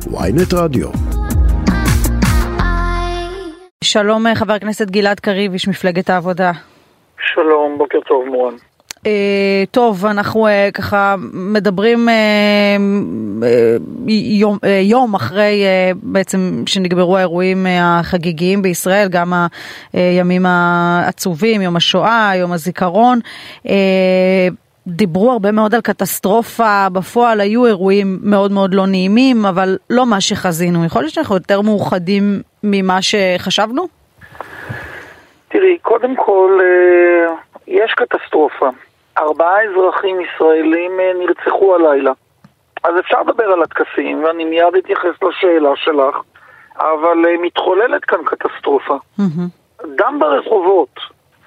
ynet רדיו. שלום חבר הכנסת גלעד קריב, איש מפלגת העבודה. שלום, בוקר טוב מורן. טוב, אנחנו ככה מדברים יום אחרי בעצם שנגמרו האירועים החגיגיים בישראל, גם הימים העצובים, יום השואה, יום הזיכרון. דיברו הרבה מאוד על קטסטרופה, בפועל היו אירועים מאוד מאוד לא נעימים, אבל לא מה שחזינו. יכול להיות שאנחנו יותר מאוחדים ממה שחשבנו? תראי, קודם כל יש קטסטרופה. 4 אזרחים ישראלים נרצחו הלילה. אז אפשר לדבר על הטקסים, ואני מיד אתייחס לשאלה שלך, אבל מתחוללת כאן קטסטרופה. דם ברחובות.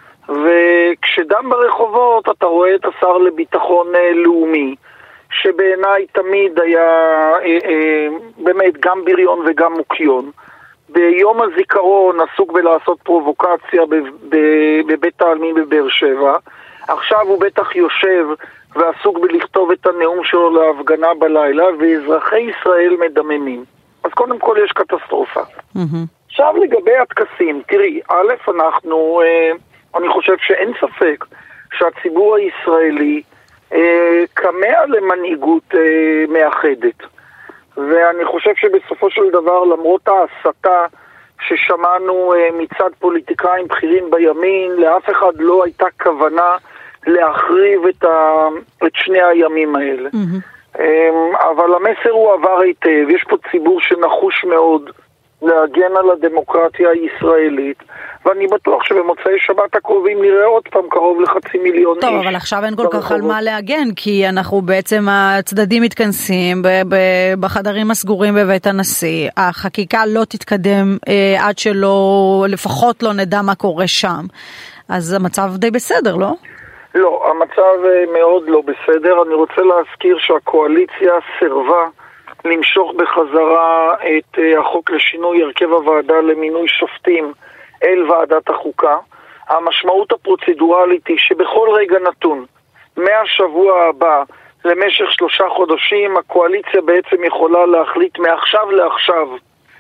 וכשדם ברחובות אתה רואה את השר לביטחון לאומי, שבעיניי תמיד היה באמת גם בריון וגם מוקיון. ביום הזיכרון עסוק בלעשות פרובוקציה בבית העלמין בבאר שבע. עכשיו הוא בטח יושב ועסוק בלכתוב את הנאום שלו להפגנה בלילה, ואזרחי ישראל מדממים. אז קודם כל יש קטסטרופה. עכשיו לגבי הטקסים, תראי, א', אני חושב שאין ספק שהציבור הישראלי כמה למנהיגות מאחדת. ואני חושב שבסופו של דבר, למרות ההסתה ששמענו מצד פוליטיקאים בכירים בימין, לאף אחד לא הייתה כוונה להחריב את שני הימים האלה. אבל המסר הוא עבר היטב. יש פה ציבור שנחוש מאוד להגן על הדמוקרטיה הישראלית, ואני בטוח שבמוצאי שבת הקרובים נראה עוד פעם קרוב ל500,000 איש. טוב, אבל עכשיו אין כל כך על מה להגן, כי אנחנו בעצם הצדדים מתכנסים בחדרים הסגורים בבית הנשיא. החקיקה לא תתקדם עד שלא, לפחות לא נדע מה קורה שם. אז המצב די בסדר, לא? לא, המצב מאוד לא בסדר. אני רוצה להזכיר שהקואליציה סירבה למשוך בחזרה את החוק לשינוי הרכב הוועדה למינוי שופטים אל ועדת החוקה. המשמעות הפרוצדורלית היא שבכל רגע נתון, מהשבוע הבא למשך 3 חודשים, הקואליציה בעצם יכולה להחליט מעכשיו לעכשיו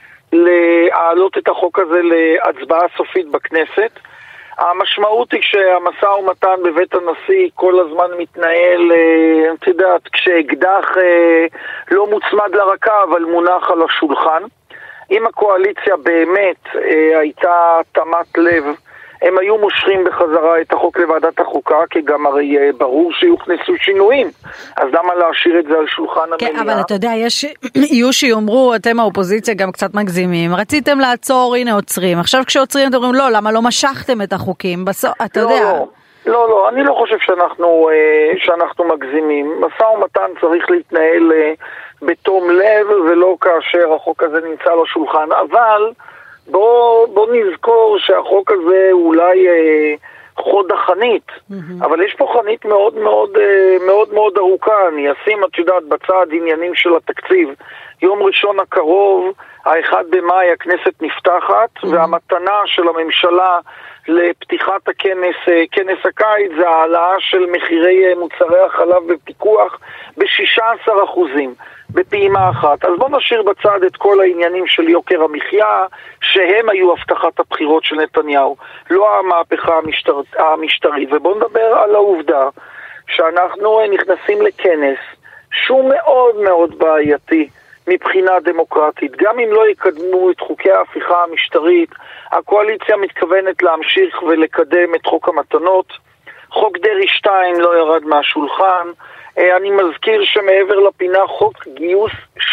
להעלות את החוק הזה להצבעה סופית בכנסת. המשמעות היא שהמשא ומתן בבית הנשיא כל הזמן מתנהל, את יודעת, כשאקדח לא מוצמד לרקה אבל מונח על השולחן. אם הקואליציה באמת הייתה תמת לב, הם היו מושכים בחזרה את החוק לוועדת החוקה, כי גם הרי ברור שיוכנסו שינויים. אז למה להשאיר את זה על שולחן המליאה? כן, אבל אתה יודע, יהיו שיאמרו, אתם האופוזיציה גם קצת מגזימים, רציתם לעצור, הנה עוצרים. עכשיו כשעוצרים אתם אומרים, לא, למה לא משכתם את החוקים? אתה יודע. לא, אני לא חושב שאנחנו מגזימים. משא ומתן צריך להתנהל בתום לב, ולא כאשר החוק הזה נמצא על השולחן. אבל בוא נזכור שהחוק הזה אולי חוד החנית, אבל יש פה חנית מאוד מאוד מאוד מאוד ארוכה. אני אשים, את יודעת, בצד עניינים של התקציב. יום ראשון הקרוב, 1 במאי, הכנסת נפתחת, והמתנה של הממשלה לפתיחת כנס הקיץ, זה העלאה של מחירי מוצרי החלב בפיקוח ב16%, בפעימה אחת. אז בוא נשאיר בצד את כל העניינים של יוקר המחיה, שהם היו הבטחת הבחירות של נתניהו, לא המהפכה המשטרית. ובוא נדבר על העובדה שאנחנו נכנסים לכנס שהוא מאוד מאוד בעייתי מבחינה דמוקרטית. גם אם לא יקדמו את חוקי ההפיכה המשטרית, הקואליציה מתכוונת להמשיך ולקדם את חוק המתנות. חוק דרעי 2 לא ירד מהשולחן. אני מזכיר שמעבר לפינה חוק גיוס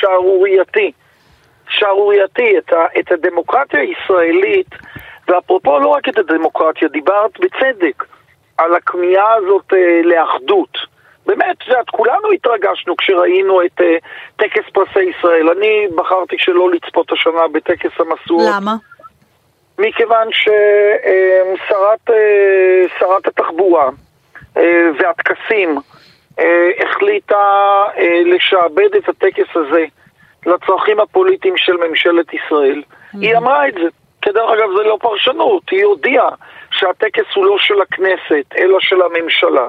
שערורייתי. את הדמוקרטיה הישראלית, ואפרופו לא רק את הדמוקרטיה, דיברת בצדק על הכמיהה הזאת לאחדות. באמת, כולנו התרגשנו כשראינו את טקס פרסי ישראל. אני בחרתי שלא לצפות השנה בטקס המשואות. למה? מכיוון ששרת התחבורה והטקסים החליטה לשעבד את הטקס הזה לצרכים הפוליטיים של ממשלת ישראל. היא אמרה את זה. כדרך אגב, זה לא פרשנות. היא הודיעה שהטקס הוא לא של הכנסת, אלא של הממשלה.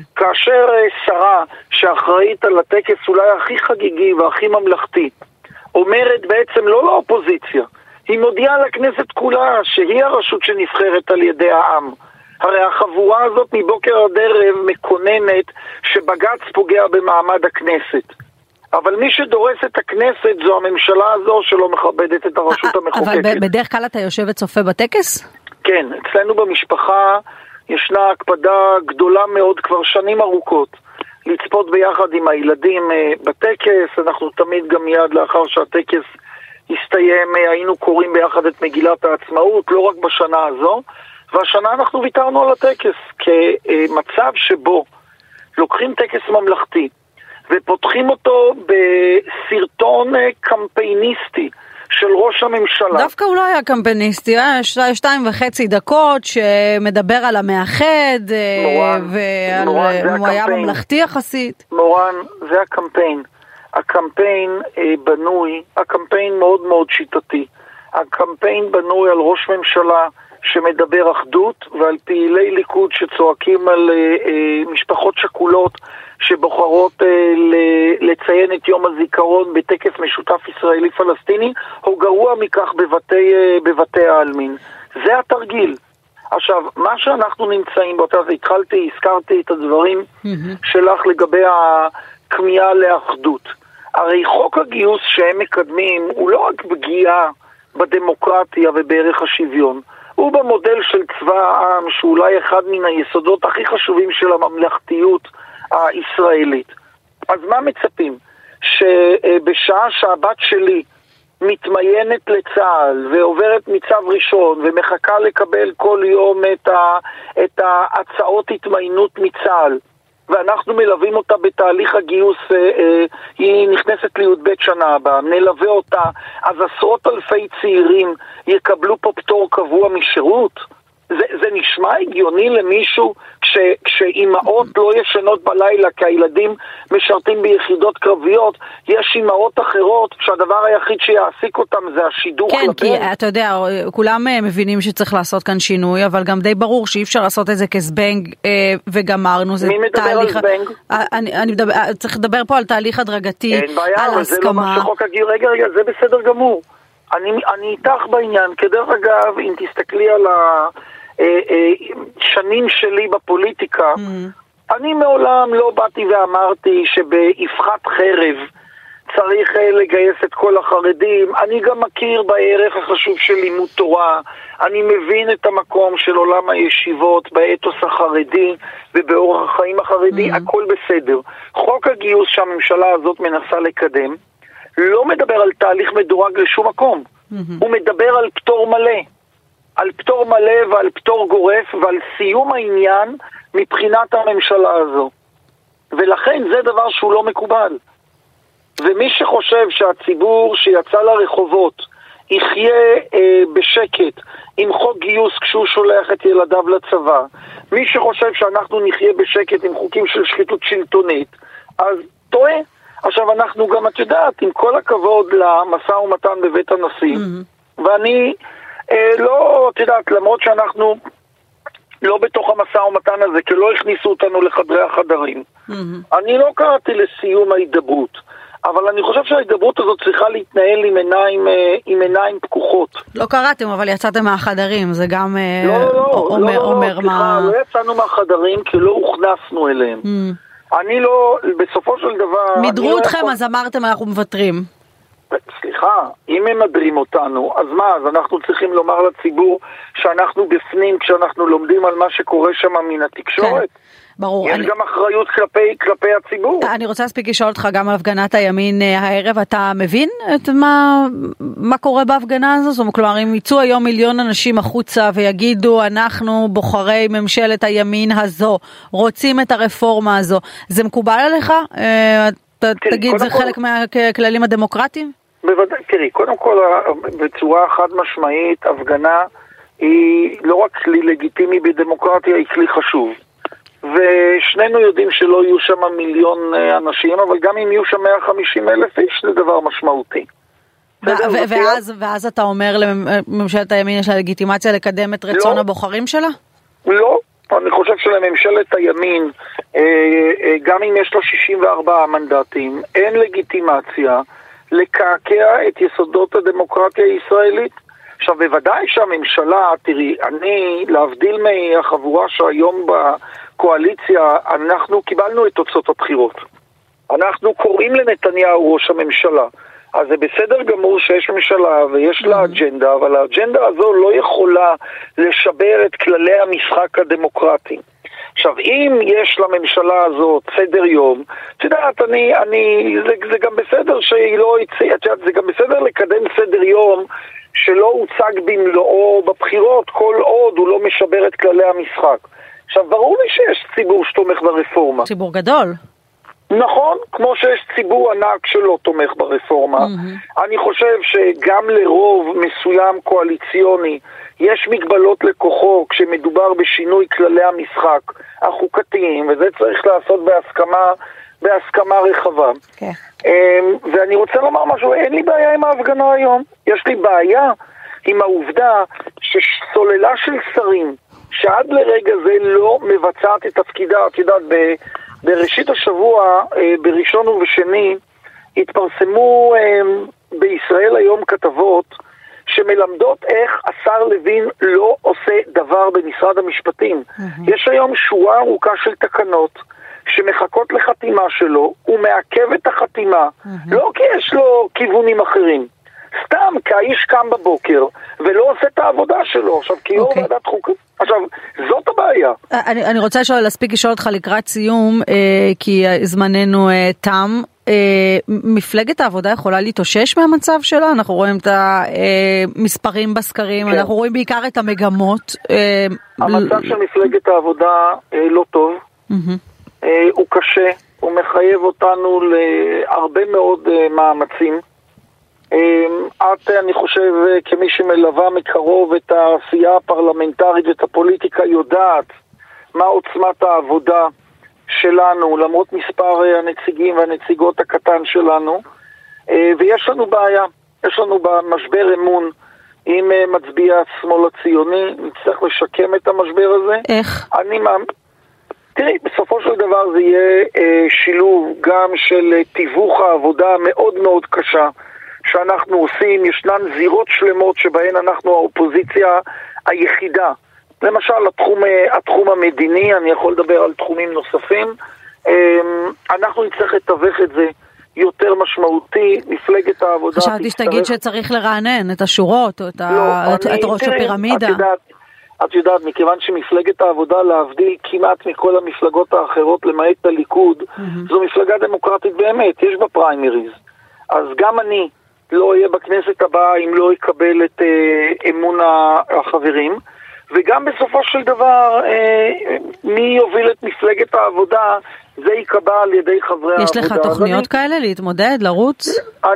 כאשר שרה שאחראית על הטקס אולי הכי חגיגי והכי ממלכתי אומרת בעצם לא לאופוזיציה, היא מודיעה לכנסת כולה שהיא הרשות שנבחרת על ידי העם. הרי החבורה הזאת מבוקר עד ערב מקוננת שבג"ץ פוגע במעמד הכנסת. אבל מי שדורס את הכנסת זו הממשלה הזו שלא מכבדת את הרשות המחוקקת. אבל בדרך כלל אתה יושב וצופה בטקס? כן, אצלנו במשפחה ישנה הקפדה גדולה מאוד כבר שנים ארוכות. לצפות ביחד עם הילדים בטקס, אנחנו תמיד גם מיד לאחר שהטקס הסתיים היינו קוראים ביחד את מגילת העצמאות, לא רק בשנה הזו, והשנה אנחנו ויתרנו על הטקס כמצב שבו לוקחים טקס ממלכתי ופותחים אותו בסרטון קמפייניסטי של ראש הממשלה. דווקא הוא לא היה קמפייניסטי, 2.5 דקות שמדבר על המאחד, והוא היה ממלכתי יחסית. מורן, זה הקמפיין. הקמפיין בנוי, הקמפיין מאוד מאוד שיטתי. הקמפיין בנוי על ראש ממשלה שמדבר אחדות ועל פעילי ליכוד שצועקים על משפחות שכולות שבוחרות לציין את יום הזיכרון בטקס משותף ישראלי-פלסטיני, או גרוע מכך בבתי העלמין. זה התרגיל. עכשיו, מה שאנחנו נמצאים בו, הזכרתי את הדברים שלך לגבי הכמיהה לאחדות. הרי חוק הגיוס שהם מקדמים הוא לא רק פגיעה בדמוקרטיה ובערך השוויון, הוא במודל של צבא העם, שאולי אחד מן היסודות הכי חשובים של הממלכתיות הישראלית. אז מה מצפים? שבשעה שהבת שלי מתמיינת לצה"ל ועוברת מצב ראשון ומחכה לקבל כל יום את ההצעות התמיינות מצה"ל, ואנחנו מלווים אותה בתהליך הגיוס, היא נכנסת לי"ב שנה הבאה, נלווה אותה, אז עשרות אלפי צעירים יקבלו פה פטור קבוע משירות? זה נשמע הגיוני למישהו כשאימהות לא ישנות בלילה כי הילדים משרתים ביחידות קרביות? יש אימהות אחרות שהדבר היחיד שיעסיק אותם זה השידוך. כן, כי אתה יודע, כולם מבינים שצריך לעשות כאן שינוי, אבל גם די ברור שאי אפשר לעשות את זה כזבנג וגמרנו. מי מדבר על זבנג? צריך לדבר פה על תהליך הדרגתי, אין בעיה, על אבל זה לא מה שחוק הגיוס. רגע, זה בסדר גמור. אני איתך בעניין, כדרך אגב, אם תסתכלי על השנים שלי בפוליטיקה, אני מעולם לא באתי ואמרתי שבאבחת חרב צריך לגייס את כל החרדים. אני גם מכיר בערך החשוב של לימוד תורה, אני מבין את המקום של עולם הישיבות באתוס החרדי ובאורח החיים החרדי, הכל בסדר. חוק הגיוס שהממשלה הזאת מנסה לקדם לא מדבר על תהליך מדורג לשום מקום. הוא מדבר על פטור מלא. על פטור מלא ועל פטור גורף ועל סיום העניין מבחינת הממשלה הזו. ולכן זה דבר שהוא לא מקובל. ומי שחושב שהציבור שיצא לרחובות יחיה בשקט עם חוק גיוס כשהוא שולח את ילדיו לצבא, מי שחושב שאנחנו נחיה בשקט עם חוקים של שחיתות שלטונית, אז טועה. עכשיו אנחנו גם, את יודעת, עם כל הכבוד למשא ומתן בבית הנשיא, ואני לא, את יודעת, למרות שאנחנו לא בתוך המשא ומתן הזה, כי לא הכניסו אותנו לחדרי החדרים, אני לא קראתי לסיום ההידברות, אבל אני חושב שההידברות הזאת צריכה להתנהל עם עיניים פקוחות. לא קראתם, אבל יצאתם מהחדרים, זה גם אומר מה... לא יצאנו מהחדרים כי לא הוכנסנו אליהם. אני לא, בסופו של דבר... מדרו אתכם, אז אמרתם אנחנו מוותרים. סליחה, אם הם מדרים אותנו, אז מה? אז אנחנו צריכים לומר לציבור שאנחנו בפנים כשאנחנו לומדים על מה שקורה שם מן התקשורת? ברור. יש גם אחריות כלפי הציבור. אני רוצה להספיק לשאול אותך גם על הפגנת הימין הערב, אתה מבין את מה קורה בהפגנה הזו? זאת אומרת, כלומר, אם יצאו היום 1,000,000 אנשים החוצה ויגידו, אנחנו בוחרי ממשלת הימין הזו, רוצים את הרפורמה הזו, זה מקובל עליך? תגיד, זה חלק מהכללים הדמוקרטיים? בוודאי, תראי, קודם כל, בצורה חד משמעית, הפגנה היא לא רק כלי לגיטימי בדמוקרטיה, היא כלי חשוב. ושנינו יודעים שלא יהיו שם 1,000,000 אנשים, אבל גם אם יהיו שם 150,000 איש, זה דבר משמעותי. ואז אתה אומר לממשלת הימין יש לה לגיטימציה לקדם את רצון הבוחרים שלה? לא, אני חושב שלממשלת הימין, גם אם יש לה 64 מנדטים, אין לגיטימציה לקעקע את יסודות הדמוקרטיה הישראלית. עכשיו, בוודאי שהממשלה, תראי, אני, להבדיל מהחבורה שהיום בקואליציה, אנחנו קיבלנו את תוצאות הבחירות. אנחנו קוראים לנתניהו ראש הממשלה. אז זה בסדר גמור שיש ממשלה ויש לה אג'נדה, אבל האג'נדה הזו לא יכולה לשבר את כללי המשחק הדמוקרטי. עכשיו, אם יש לממשלה הזאת סדר יום, את יודעת, זה גם בסדר שהיא לא הציעה, זה גם בסדר לקדם סדר יום שלא הוצג במלואו בבחירות, כל עוד הוא לא משבר את כללי המשחק. עכשיו, ברור לי שיש ציבור שתומך ברפורמה. ציבור גדול. נכון, כמו שיש ציבור ענק שלא תומך ברפורמה. אני חושב שגם לרוב מסוים קואליציוני יש מגבלות לכוחו כשמדובר בשינוי כללי המשחק החוקתיים, וזה צריך לעשות בהסכמה רחבה. ואני רוצה לומר משהו, אין לי בעיה עם ההפגנה היום. יש לי בעיה עם העובדה שסוללה של שרים שעד לרגע זה לא מבצעת את תפקידה. את יודעת, בראשית השבוע, בראשון ובשני, התפרסמו בישראל היום כתבות שמלמדות איך השר לוין לא עושה דבר במשרד המשפטים. יש היום שורה ארוכה של תקנות שמחכות לחתימה שלו, הוא מעכב את החתימה, לא כי יש לו כיוונים אחרים, סתם כי האיש קם בבוקר ולא עושה את העבודה שלו. עכשיו, כי הוא ועדת חוקה. עכשיו, זאת הבעיה. אני רוצה להספיק לשאול אותך לקראת סיום, כי זמננו תם. מפלגת העבודה יכולה להתאושש מהמצב שלה? אנחנו רואים את המספרים בסקרים, אנחנו רואים בעיקר את המגמות. המצב של מפלגת העבודה לא טוב, הוא קשה, הוא מחייב אותנו להרבה מאוד מאמצים. אני חושב, כמי שמלווה מקרוב את העשייה הפרלמנטרית ואת הפוליטיקה, יודעת מה עוצמת העבודה שלנו, למרות מספר הנציגים והנציגות הקטן שלנו, ויש לנו בעיה, יש לנו משבר אמון עם מצביע השמאל הציוני, נצטרך לשקם את המשבר הזה. איך? תראי, בסופו של דבר זה יהיה שילוב גם של תיווך העבודה המאוד מאוד קשה שאנחנו עושים. ישנן זירות שלמות שבהן אנחנו האופוזיציה היחידה. למשל, התחום המדיני, אני יכול לדבר על תחומים נוספים. אנחנו נצטרך לתווך את זה יותר משמעותי. מפלגת העבודה... חשבתי שתגיד שצריך לרענן את השורות, או את ראש הפירמידה. את יודעת, מכיוון שמפלגת העבודה, להבדיל כמעט מכל המפלגות האחרות, למעט הליכוד, זו מפלגה דמוקרטית באמת, יש בה פריימריז. אז גם אני לא אהיה בכנסת הבאה אם לא יקבל את אמון החברים, וגם בסופו של דבר, מי יוביל את מפלגת העבודה, זה יקבע על ידי חברי העבודה. יש לך תוכניות כאלה להתמודד, לרוץ?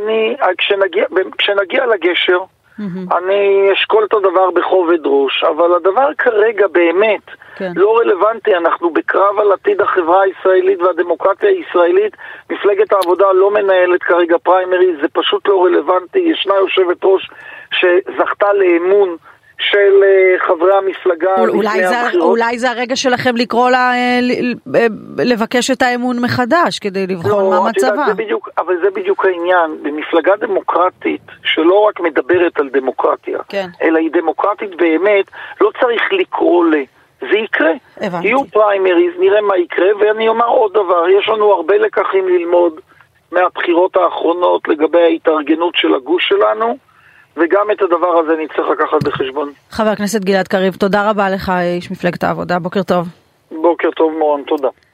כשנגיע לגשר, אני אשקול את הדבר בכובד ראש, אבל הדבר כרגע באמת לא רלוונטי. אנחנו בקרב על עתיד החברה הישראלית והדמוקרטיה הישראלית. מפלגת העבודה לא מנהלת כרגע פריימריז, זה פשוט לא רלוונטי. ישנה יושבת ראש שזכתה לאמון של חברי המפלגה. אולי זה הרגע שלכם לקרוא לה לבקש את האמון מחדש כדי לבחון מה מצבה. אבל זה בדיוק העניין. במפלגה דמוקרטית שלא רק מדברת על דמוקרטיה, אלא היא דמוקרטית באמת, לא צריך לקרוא זה יקרה. יהיו פריימריז, נראה מה יקרה. ואני אומר עוד דבר, יש לנו הרבה לקחים ללמוד מהבחירות האחרונות לגבי ההתארגנות של הגוש שלנו, וגם את הדבר הזה נצטרך לקחת בחשבון. חבר הכנסת גלעד קריב, תודה רבה לך, איש מפלגת העבודה. בוקר טוב. בוקר טוב מורן, תודה.